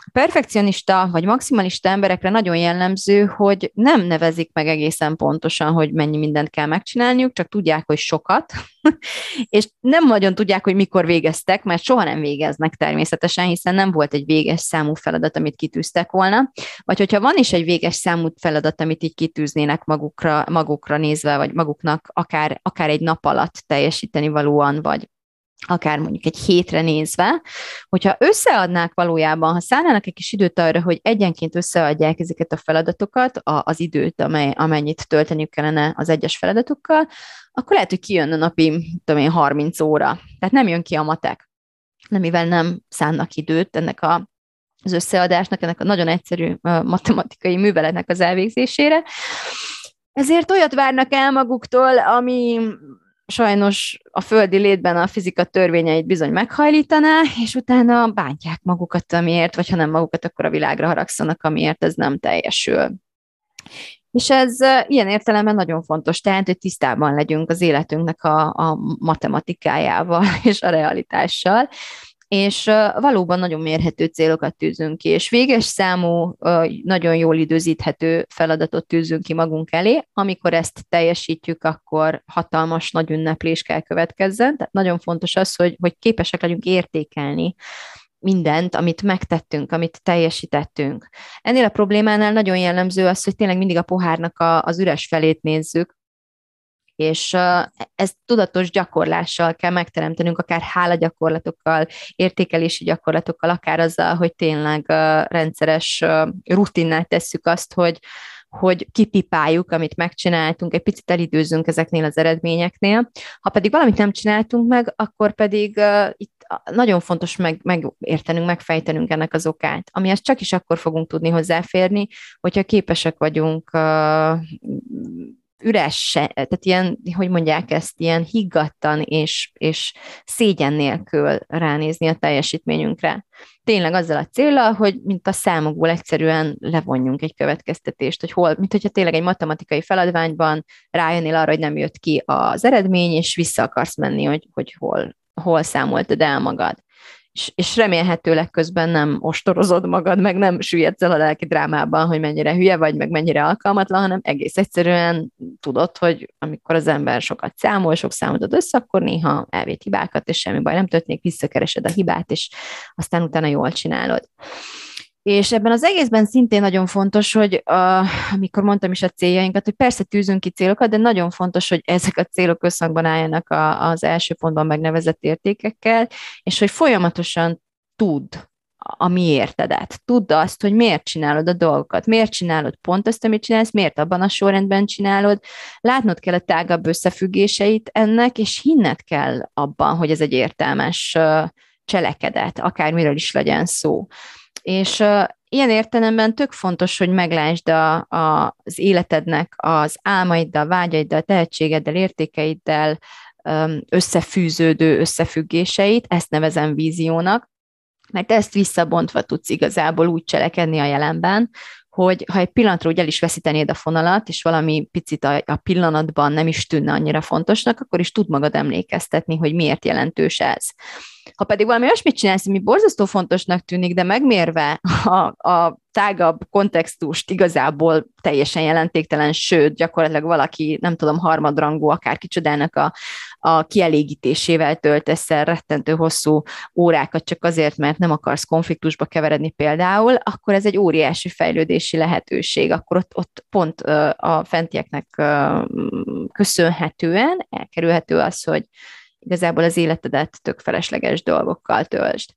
Perfekcionista vagy maximalista emberekre nagyon jellemző, hogy nem nevezik meg egészen pontosan, hogy mennyi mindent kell megcsinálniuk, csak tudják, hogy sokat, és nem nagyon tudják, hogy mikor végeztek, mert soha nem végeznek természetesen, hiszen nem volt egy véges számú feladat, amit kitűztek volna, vagy hogyha van is egy véges számú feladat, amit így kitűznének magukra nézve, vagy maguknak akár egy nap alatt teljesíteni valóan, vagy akár mondjuk egy hétre nézve, hogyha összeadnák valójában, ha szállnának egy kis időt arra, hogy egyenként összeadják ezeket a feladatokat, az időt, amennyit tölteniük kellene az egyes feladatokkal, akkor lehet, hogy kijön a napi, tudom én, 30 óra. Tehát nem jön ki a matek, mivel nem szánnak időt ennek az összeadásnak, ennek a nagyon egyszerű matematikai műveletnek az elvégzésére. Ezért olyat várnak el maguktól, ami sajnos a földi létben a fizika törvényeit bizony meghajlítaná, és utána bántják magukat, amiért, vagy ha nem magukat, akkor a világra haragszanak, amiért ez nem teljesül. És ez ilyen értelemben nagyon fontos, tehát, hogy tisztában legyünk az életünknek a matematikájával és a realitással, és valóban nagyon mérhető célokat tűzünk ki, és véges számú, nagyon jól időzíthető feladatot tűzünk ki magunk elé. Amikor ezt teljesítjük, akkor hatalmas nagy ünneplés kell következzen. Tehát nagyon fontos az, hogy képesek legyünk értékelni mindent, amit megtettünk, amit teljesítettünk. Ennél a problémánál nagyon jellemző az, hogy tényleg mindig a pohárnak az üres felét nézzük, és ezt tudatos gyakorlással kell megteremtenünk, akár hálagyakorlatokkal, értékelési gyakorlatokkal, akár azzal, hogy tényleg rendszeres rutinná tesszük azt, hogy kipipáljuk, amit megcsináltunk, egy picit elidőzünk ezeknél az eredményeknél. Ha pedig valamit nem csináltunk meg, akkor pedig itt nagyon fontos megértenünk, megfejtenünk ennek az okát, amihez csak is akkor fogunk tudni hozzáférni, hogyha képesek vagyunk üres, tehát ilyen, hogy mondják ezt, ilyen higgadtan és szégyen nélkül ránézni a teljesítményünkre. Tényleg azzal a céllal, hogy mint a számokból egyszerűen levonjunk egy következtetést, hogy mint hogyha tényleg egy matematikai feladványban rájönnél arra, hogy nem jött ki az eredmény, és vissza akarsz menni, hogy hol számoltad el magad. És remélhetőleg közben nem ostorozod magad, meg nem süllyedsz el a lelki drámában, hogy mennyire hülye vagy, meg mennyire alkalmatlan, hanem egész egyszerűen tudod, hogy amikor az ember sokat számol, sok számot ad össze, akkor néha elvét hibákat, és semmi baj nem történik, visszakeresed a hibát, és aztán utána jól csinálod. És ebben az egészben szintén nagyon fontos, hogy amikor mondtam is a céljainkat, hogy persze tűzünk ki célokat, de nagyon fontos, hogy ezek a célok összhangban álljanak az első pontban megnevezett értékekkel, és hogy folyamatosan tudd a miértedet. Tudd azt, hogy miért csinálod a dolgokat, miért csinálod pont azt, amit csinálsz, miért abban a sorrendben csinálod. Látnod kell a tágabb összefüggéseit ennek, és hinned kell abban, hogy ez egy értelmes cselekedet, akármiről is legyen szó. És ilyen értelemben tök fontos, hogy meglásd az életednek az álmaiddal, vágyaiddal, tehetségeddel, értékeiddel összefűződő összefüggéseit, ezt nevezem víziónak, mert ezt visszabontva tudsz igazából úgy cselekedni a jelenben, hogy ha egy pillanatra úgy el is veszítenéd a fonalat, és valami picit a pillanatban nem is tűnne annyira fontosnak, akkor is tud magad emlékeztetni, hogy miért jelentős ez. Ha pedig valami olyasmit csinálsz, ami borzasztó fontosnak tűnik, de megmérve a tágabb kontextust igazából teljesen jelentéktelen, sőt, gyakorlatilag valaki, nem tudom, harmadrangú, akár kicsodának a kielégítésével töltesz el rettentő hosszú órákat csak azért, mert nem akarsz konfliktusba keveredni például, akkor ez egy óriási fejlődési lehetőség. Akkor ott pont a fentieknek köszönhetően elkerülhető az, hogy igazából az életedet tök felesleges dolgokkal töltsd.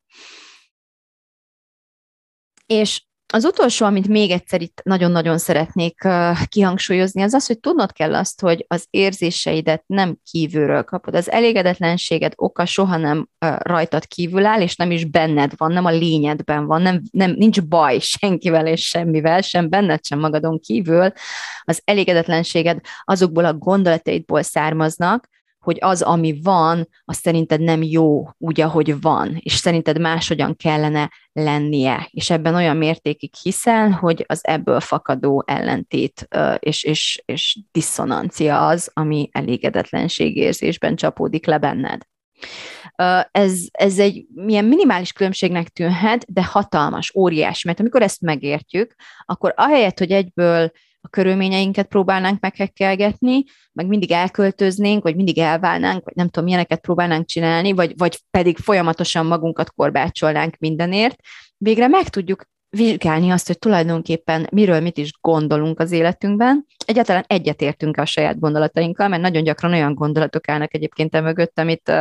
És az utolsó, amit még egyszer itt nagyon-nagyon szeretnék kihangsúlyozni, az az, hogy tudnod kell azt, hogy az érzéseidet nem kívülről kapod. Az elégedetlenséged oka soha nem rajtad kívül áll, és nem is benned van, nem a lényedben van, nincs baj senkivel és semmivel, sem benned, sem magadon kívül. Az elégedetlenséged azokból a gondolataidból származnak, hogy az, ami van, az szerinted nem jó úgy, ahogy van, és szerinted máshogyan kellene lennie. És ebben olyan mértékig hiszel, hogy az ebből fakadó ellentét és diszonancia az, ami elégedetlenségérzésben csapódik le benned. Ez egy milyen minimális különbségnek tűnhet, de hatalmas, óriási, mert amikor ezt megértjük, akkor ahelyett, hogy egyből a körülményeinket próbálnánk meghekkelgetni, meg mindig elköltöznénk, vagy mindig elválnánk, vagy nem tudom, milyeneket próbálnánk csinálni, vagy pedig folyamatosan magunkat korbácsolnánk mindenért, végre meg tudjuk vizsgálni azt, hogy tulajdonképpen miről mit is gondolunk az életünkben. Egyáltalán egyetértünk a saját gondolatainkkal, mert nagyon gyakran olyan gondolatok állnak egyébként mögött,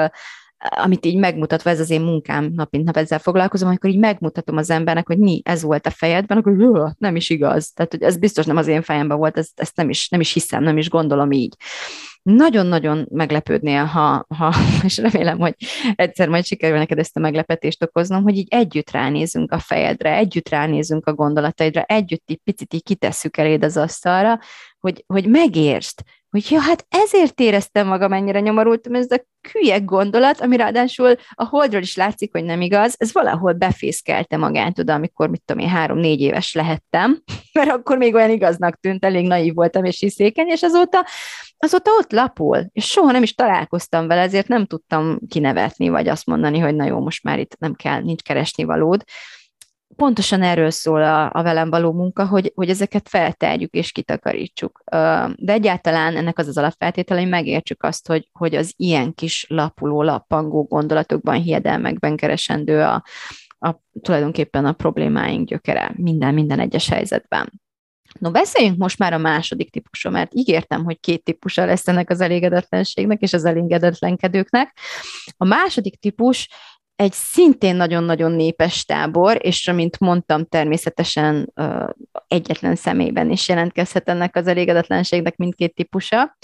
amit így megmutatva, ez az én munkám, nap mint nap ezzel foglalkozom, amikor így megmutatom az embernek, hogy ez volt a fejedben, akkor nem is igaz. Tehát, hogy ez biztos nem az én fejemben volt, ezt nem is hiszem, nem is gondolom így. Nagyon-nagyon meglepődnél, és remélem, hogy egyszer majd sikerül neked ezt a meglepetést okoznom, hogy így együtt ránézünk a fejedre, együtt ránézünk a gondolataidra, együtt egy picit így kitesszük eléd az asztalra, hogy megértsd, hogy ja, hát ezért éreztem magam ennyire nyomorultam, ez a hülye gondolat, ami ráadásul a holdról is látszik, hogy nem igaz, ez valahol befészkelte magát oda, amikor, mit tudom én, 3-4 éves lehettem, mert akkor még olyan igaznak tűnt, elég naív voltam és hiszékeny, és azóta ott lapul, és soha nem is találkoztam vele, ezért nem tudtam kinevetni, vagy azt mondani, hogy na jó, most már itt nem kell, nincs keresni valód. Pontosan erről szól a velem való munka, hogy ezeket feltárjuk és kitakarítsuk. De egyáltalán ennek az alapfeltétele, hogy megértsük azt, hogy az ilyen kis lapuló, lappangó gondolatokban, hiedelmekben keresendő tulajdonképpen a problémáink gyökere minden egyes helyzetben. No, beszéljünk most már a második típusról, mert ígértem, hogy 2 típusa lesz ennek az elégedetlenségnek és az elégedetlenkedőknek. A második típus egy szintén nagyon-nagyon népes tábor, és amint mondtam, természetesen egyetlen személyben is jelentkezhet ennek az elégedetlenségnek mindkét típusa.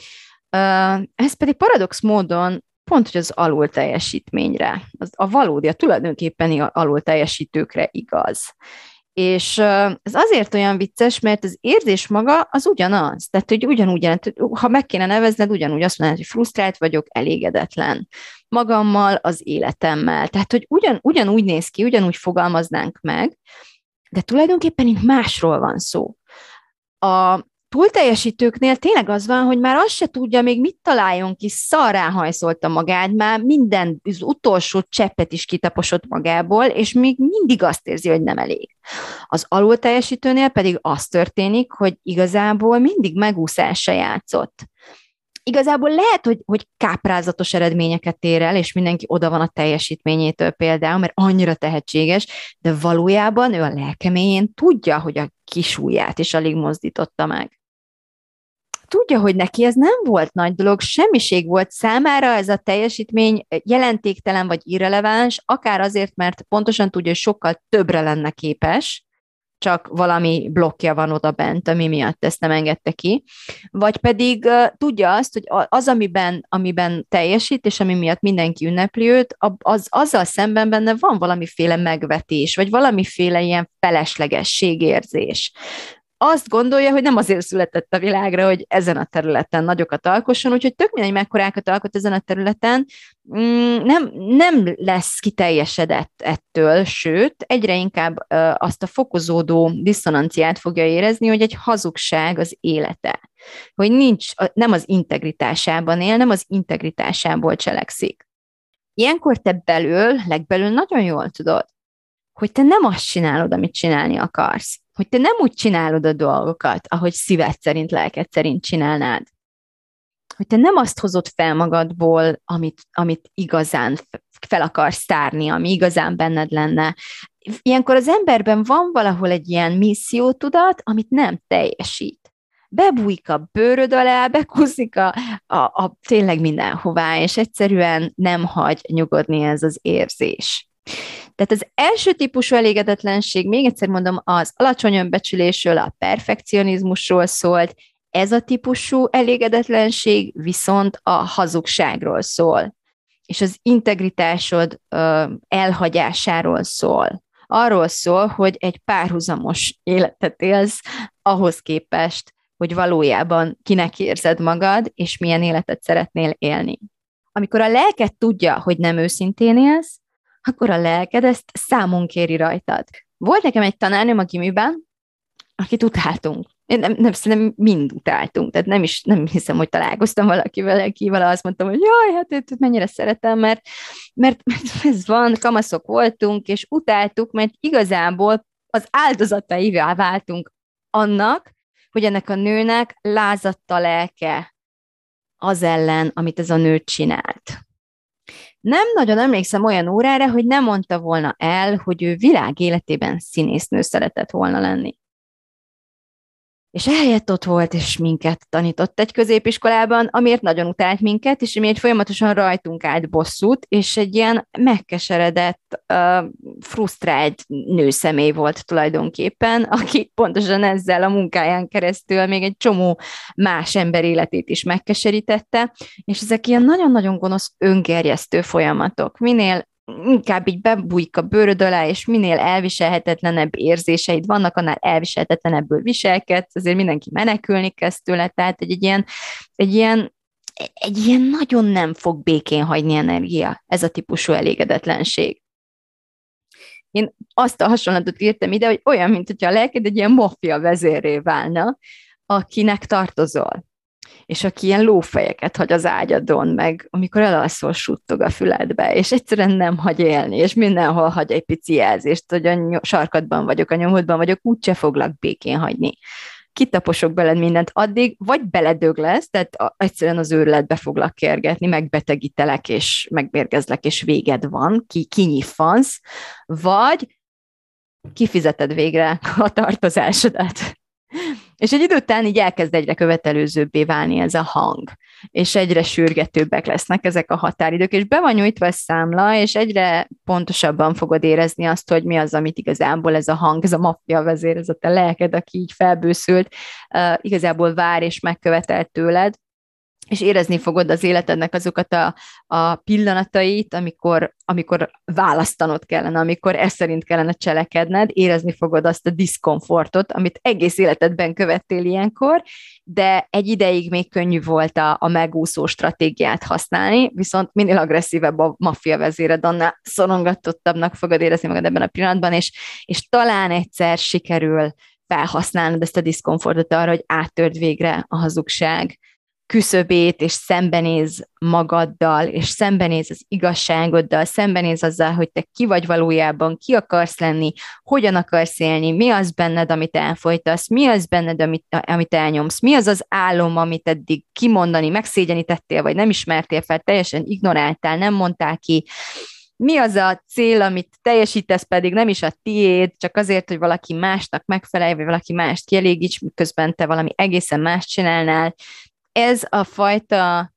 Ez pedig paradox módon pont, hogy az alulteljesítményre, a valódi, a tulajdonképpeni alulteljesítőkre igaz. És ez azért olyan vicces, mert az érzés maga az ugyanaz. Tehát, hogy ugyanúgy, ha meg kéne nevezned, ugyanúgy azt mondod, hogy frusztrált vagyok, elégedetlen magammal, az életemmel. Tehát, hogy ugyanúgy néz ki, ugyanúgy fogalmaznánk meg, de tulajdonképpen itt másról van szó. A túlteljesítőknél tényleg az van, hogy már azt se tudja még mit találjon ki, szarrá hajszolta magát, már minden, az utolsó cseppet is kitaposott magából, és még mindig azt érzi, hogy nem elég. Az alulteljesítőnél pedig az történik, hogy igazából mindig megúszásra játszott. Igazából lehet, hogy káprázatos eredményeket ér el, és mindenki oda van a teljesítményétől például, mert annyira tehetséges, de valójában ő a lelkeméjén tudja, hogy a kis ujját is alig mozdította meg. Tudja, hogy neki ez nem volt nagy dolog, semmiség volt számára, ez a teljesítmény jelentéktelen vagy irreleváns, akár azért, mert pontosan tudja, hogy sokkal többre lenne képes, csak valami blokkja van oda bent, ami miatt ezt nem engedte ki, vagy pedig tudja azt, hogy az, amiben teljesít, és ami miatt mindenki ünnepli őt, azzal szemben benne van valamiféle megvetés, vagy valamiféle ilyen feleslegességérzés. Azt gondolja, hogy nem azért született a világra, hogy ezen a területen nagyokat alkosson, úgyhogy tök mindegy, mekkorákat alkot ezen a területen, nem lesz kiteljesedett ettől, sőt, egyre inkább azt a fokozódó diszonanciát fogja érezni, hogy egy hazugság az élete, hogy nem az integritásában él, nem az integritásából cselekszik. Ilyenkor te legbelül nagyon jól tudod, hogy te nem azt csinálod, amit csinálni akarsz, hogy te nem úgy csinálod a dolgokat, ahogy szíved szerint, lelked szerint csinálnád. Hogy te nem azt hozod fel magadból, amit igazán fel akarsz tárni, ami igazán benned lenne. Ilyenkor az emberben van valahol egy ilyen missziótudat, amit nem teljesít. Bebújik a bőröd alá, bekúszik a tényleg mindenhová, és egyszerűen nem hagy nyugodni ez az érzés. Tehát az első típusú elégedetlenség, még egyszer mondom, az alacsony önbecsülésről, a perfekcionizmusról szólt, ez a típusú elégedetlenség viszont a hazugságról szól, és az integritásod elhagyásáról szól. Arról szól, hogy egy párhuzamos életet élsz ahhoz képest, hogy valójában kinek érzed magad, és milyen életet szeretnél élni. Amikor a lelked tudja, hogy nem őszintén élsz, akkor a lelked ezt számon kéri rajtad. Volt nekem egy tanárnőm a gimiben, akit utáltunk. Én nem szerintem mind utáltunk, tehát nem hiszem, hogy találkoztam valakivel, akivel azt mondtam, hogy jaj, hát őt mennyire szeretem, mert ez van, kamaszok voltunk, és utáltuk, mert igazából az áldozataivá váltunk annak, hogy ennek a nőnek lázadt a lelke az ellen, amit ez a nő csinált. Nem nagyon emlékszem olyan órára, hogy nem mondta volna el, hogy ő világ életében színésznő szeretett volna lenni. És ehelyett ott volt, és minket tanított egy középiskolában, amiért nagyon utált minket, és amiért folyamatosan rajtunk állt bosszút, és egy ilyen megkeseredett, frusztrált nőszemély volt tulajdonképpen, aki pontosan ezzel a munkáján keresztül még egy csomó más ember életét is megkeserítette, és ezek ilyen nagyon-nagyon gonosz öngerjesztő folyamatok. Minél inkább így bebújik a bőröd alá, és minél elviselhetetlenebb érzéseid vannak, annál elviselhetetlenebből viselkedsz, azért mindenki menekülni kezd tőle, tehát egy ilyen nagyon nem fog békén hagyni energia, ez a típusú elégedetlenség. Én azt a hasonlatot írtam ide, hogy olyan, mint hogyha a lelked egy ilyen maffia vezérré válna, akinek tartozol, és aki ilyen lófejeket hagy az ágyadon, meg amikor elalszol, suttog a füledbe, és egyszerűen nem hagy élni, és mindenhol hagy egy pici jelzést, hogy a sarkadban vagyok, a nyomodban vagyok, úgyse foglak békén hagyni. Kitaposok beled mindent, addig vagy beledög lesz, tehát egyszerűen az őrületbe foglak kergetni, megbetegítelek, és megmérgezlek, és véged van, kinyiffansz, vagy kifizeted végre a tartozásodat. És egy idő után így elkezd egyre követelőzőbbé válni ez a hang, és egyre sürgetőbbek lesznek ezek a határidők, és be van nyújtva a számla, és egyre pontosabban fogod érezni azt, hogy mi az, amit igazából ez a hang, ez a maffia vezér, ez a te lelked, aki így felbőszült, igazából vár és megkövetel tőled, és érezni fogod az életednek azokat a pillanatait, amikor választanod kellene, amikor ez szerint kellene cselekedned, érezni fogod azt a diszkomfortot, amit egész életedben követtél ilyenkor, de egy ideig még könnyű volt a megúszó stratégiát használni, viszont minél agresszívebb a maffia vezéred, annál szorongatottabbnak fogod érezni magad ebben a pillanatban, és talán egyszer sikerül felhasználnod ezt a diszkomfortot arra, hogy áttörd végre a hazugság küszöbét, és szembenéz magaddal, és szembenéz az igazságoddal, szembenéz azzal, hogy te ki vagy valójában, ki akarsz lenni, hogyan akarsz élni, mi az benned, amit elfolytasz, mi az benned, amit elnyomsz, mi az az álom, amit eddig kimondani, megszégyenítettél, vagy nem ismertél fel, teljesen ignoráltál, nem mondtál ki, mi az a cél, amit teljesítesz, pedig nem is a tiéd, csak azért, hogy valaki másnak megfelelj, vagy valaki mást kielégíts, miközben te valami egészen más csinálnál. Ez a fajta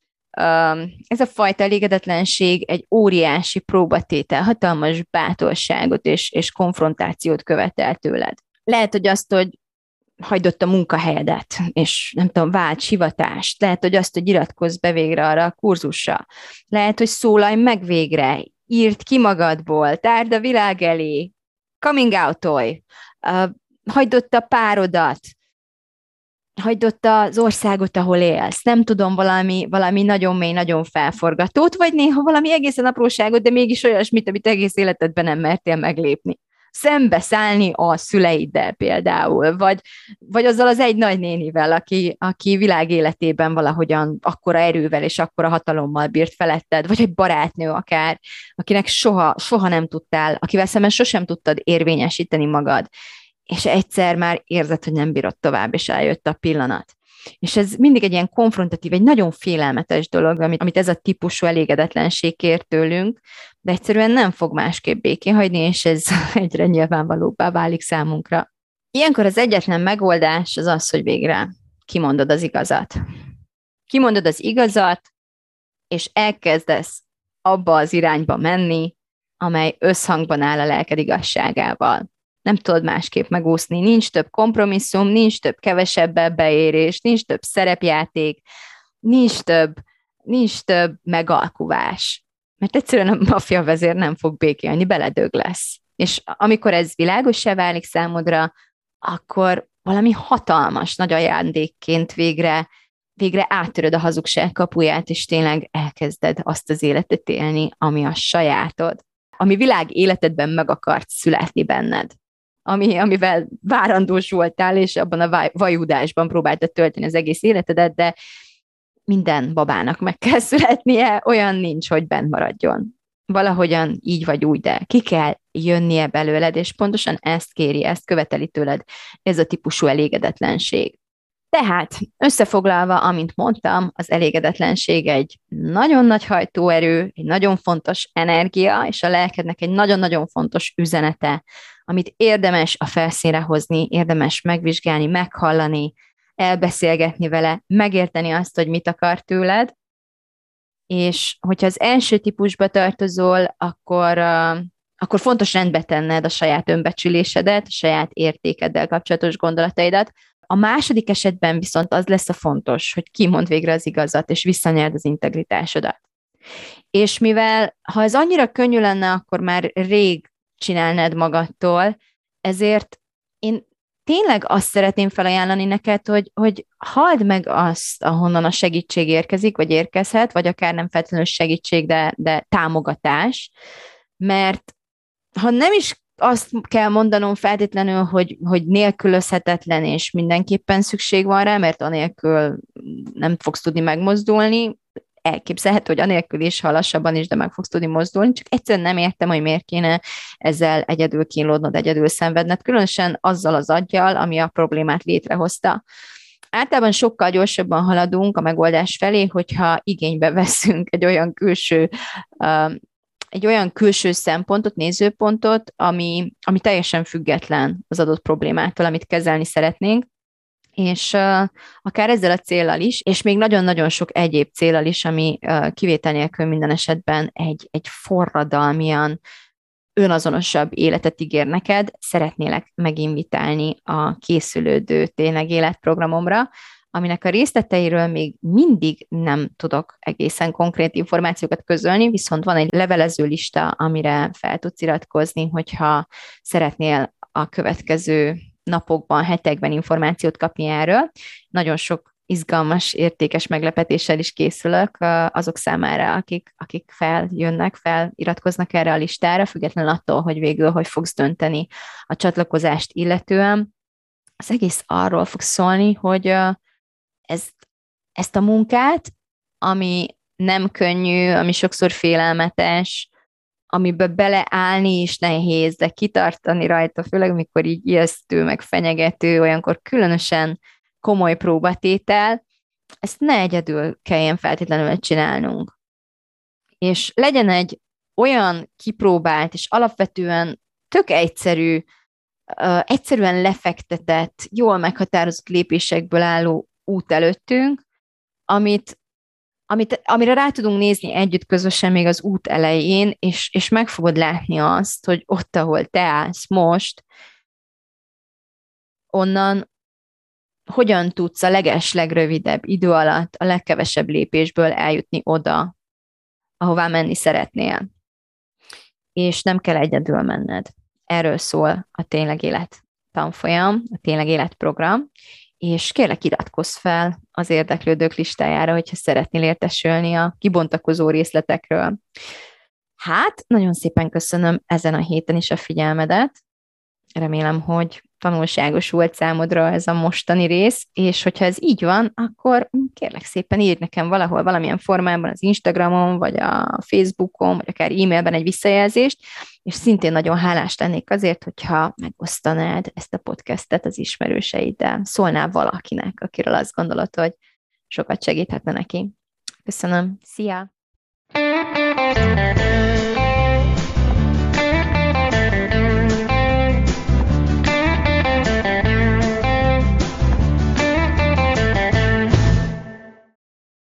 elégedetlenség egy óriási próbatétel, hatalmas bátorságot és konfrontációt követel tőled. Lehet, hogy azt, hogy hagyd ott a munkahelyedet, és nem tudom, vált hivatást, lehet, hogy azt, hogy iratkozz be végre arra a kurzusra, lehet, hogy szólalj meg végre, írd ki magadból, tárd a világ elé, coming out-olj, hagyd ott a párodat, hagyd ott az országot, ahol élsz, nem tudom, valami nagyon mély, nagyon felforgatót, vagy néha valami egészen apróságot, de mégis olyasmit, amit egész életedben nem mertél meglépni. Szembeszállni a szüleiddel például, vagy azzal az egy nagynénivel, aki világ életében valahogyan akkora erővel és akkora hatalommal bírt feletted, vagy egy barátnő akár, akinek soha nem tudtál, akivel szemben sosem tudtad érvényesíteni magad, és egyszer már érzed, hogy nem bírod tovább, és eljött a pillanat. És ez mindig egy ilyen konfrontatív, egy nagyon félelmetes dolog, amit ez a típusú elégedetlenség kér tőlünk, de egyszerűen nem fog másképp békén hagyni, és ez egyre nyilvánvalóbbá válik számunkra. Ilyenkor az egyetlen megoldás az az, hogy végre kimondod az igazat. Kimondod az igazat, és elkezdesz abba az irányba menni, amely összhangban áll a lelked igazságával. Nem tudod másképp megúszni, nincs több kompromisszum, nincs több kevesebbel beérés, nincs több szerepjáték, nincs több megalkuvás. Mert egyszerűen a maffia vezér nem fog békélni, beledög lesz. És amikor ez világossá válik számodra, akkor valami hatalmas nagy ajándékként végre áttöröd a hazugság kapuját, és tényleg elkezded azt az életet élni, ami a sajátod, ami világ életedben meg akart születni benned. amivel várandós voltál, és abban a vajudásban próbáltad tölteni az egész életedet, de minden babának meg kell születnie, olyan nincs, hogy bent maradjon. Valahogyan így vagy úgy, de ki kell jönnie belőled, és pontosan ezt kéri, ezt követeli tőled ez a típusú elégedetlenség. Tehát összefoglalva, amint mondtam, az elégedetlenség egy nagyon nagy hajtóerő, egy nagyon fontos energia, és a lelkednek egy nagyon-nagyon fontos üzenete, amit érdemes a felszínre hozni, érdemes megvizsgálni, meghallani, elbeszélgetni vele, megérteni azt, hogy mit akar tőled, és hogyha az első típusba tartozol, akkor fontos rendbe tenned a saját önbecsülésedet, a saját értékeddel kapcsolatos gondolataidat. A második esetben viszont az lesz a fontos, hogy kimond végre az igazat, és visszanyerd az integritásodat. És mivel, ha ez annyira könnyű lenne, akkor már rég csinálnád magadtól, ezért én tényleg azt szeretném felajánlani neked, hogy halld meg azt, ahonnan a segítség érkezik, vagy érkezhet, vagy akár nem feltétlenül segítség, de támogatás, mert ha nem is azt kell mondanom feltétlenül, hogy nélkülözhetetlen, és mindenképpen szükség van rá, mert anélkül nem fogsz tudni megmozdulni, elképzelhető, hogy anélkül is, ha lassabban is, de meg fogsz tudni mozdulni, csak egyszerűen nem értem, hogy miért kéne ezzel egyedül kínlódnod, egyedül szenvedned, különösen azzal az aggyal, ami a problémát létrehozta. Általában sokkal gyorsabban haladunk a megoldás felé, hogyha igénybe veszünk egy olyan külső szempontot, nézőpontot, ami teljesen független az adott problémától, amit kezelni szeretnénk, és akár ezzel a céllal is, és még nagyon-nagyon sok egyéb céllal is, ami kivétel nélkül minden esetben egy forradalmian önazonosabb életet ígér neked, szeretnélek meginvitálni a készülődő tényleg életprogramomra, aminek a részleteiről még mindig nem tudok egészen konkrét információkat közölni, viszont van egy levelező lista, amire fel tudsz iratkozni, hogyha szeretnél a következő napokban, hetekben információt kapni erről. Nagyon sok izgalmas, értékes meglepetéssel is készülök azok számára, akik feliratkoznak erre a listára, függetlenül attól, hogy végül hogy fogsz dönteni a csatlakozást illetően. Az egész arról fog szólni, hogy ezt a munkát, ami nem könnyű, ami sokszor félelmetes, amibe beleállni is nehéz, de kitartani rajta, főleg amikor így ijesztő, meg fenyegető, olyankor különösen komoly próbatétel, ezt ne egyedül kelljen feltétlenül csinálnunk. És legyen egy olyan kipróbált és alapvetően tök egyszerűen lefektetett, jól meghatározott lépésekből álló út előttünk, amire rá tudunk nézni együtt közösen még az út elején, és meg fogod látni azt, hogy ott, ahol te állsz most, onnan hogyan tudsz a legrövidebb idő alatt a legkevesebb lépésből eljutni oda, ahová menni szeretnél. És nem kell egyedül menned. Erről szól a Tényleg Élet tanfolyam, a Tényleg Élet program, és kérlek iratkozz fel az érdeklődők listájára, hogyha szeretnél értesülni a kibontakozó részletekről. Hát, nagyon szépen köszönöm ezen a héten is a figyelmedet. Remélem, hogy tanulságos volt számodra ez a mostani rész, és hogyha ez így van, akkor kérlek szépen írj nekem valahol, valamilyen formában az Instagramon, vagy a Facebookon, vagy akár e-mailben egy visszajelzést, és szintén nagyon hálás lennék azért, hogyha megosztanád ezt a podcastet az ismerőseiddel, szólnál valakinek, akiről azt gondolod, hogy sokat segíthetne neki. Köszönöm. Szia!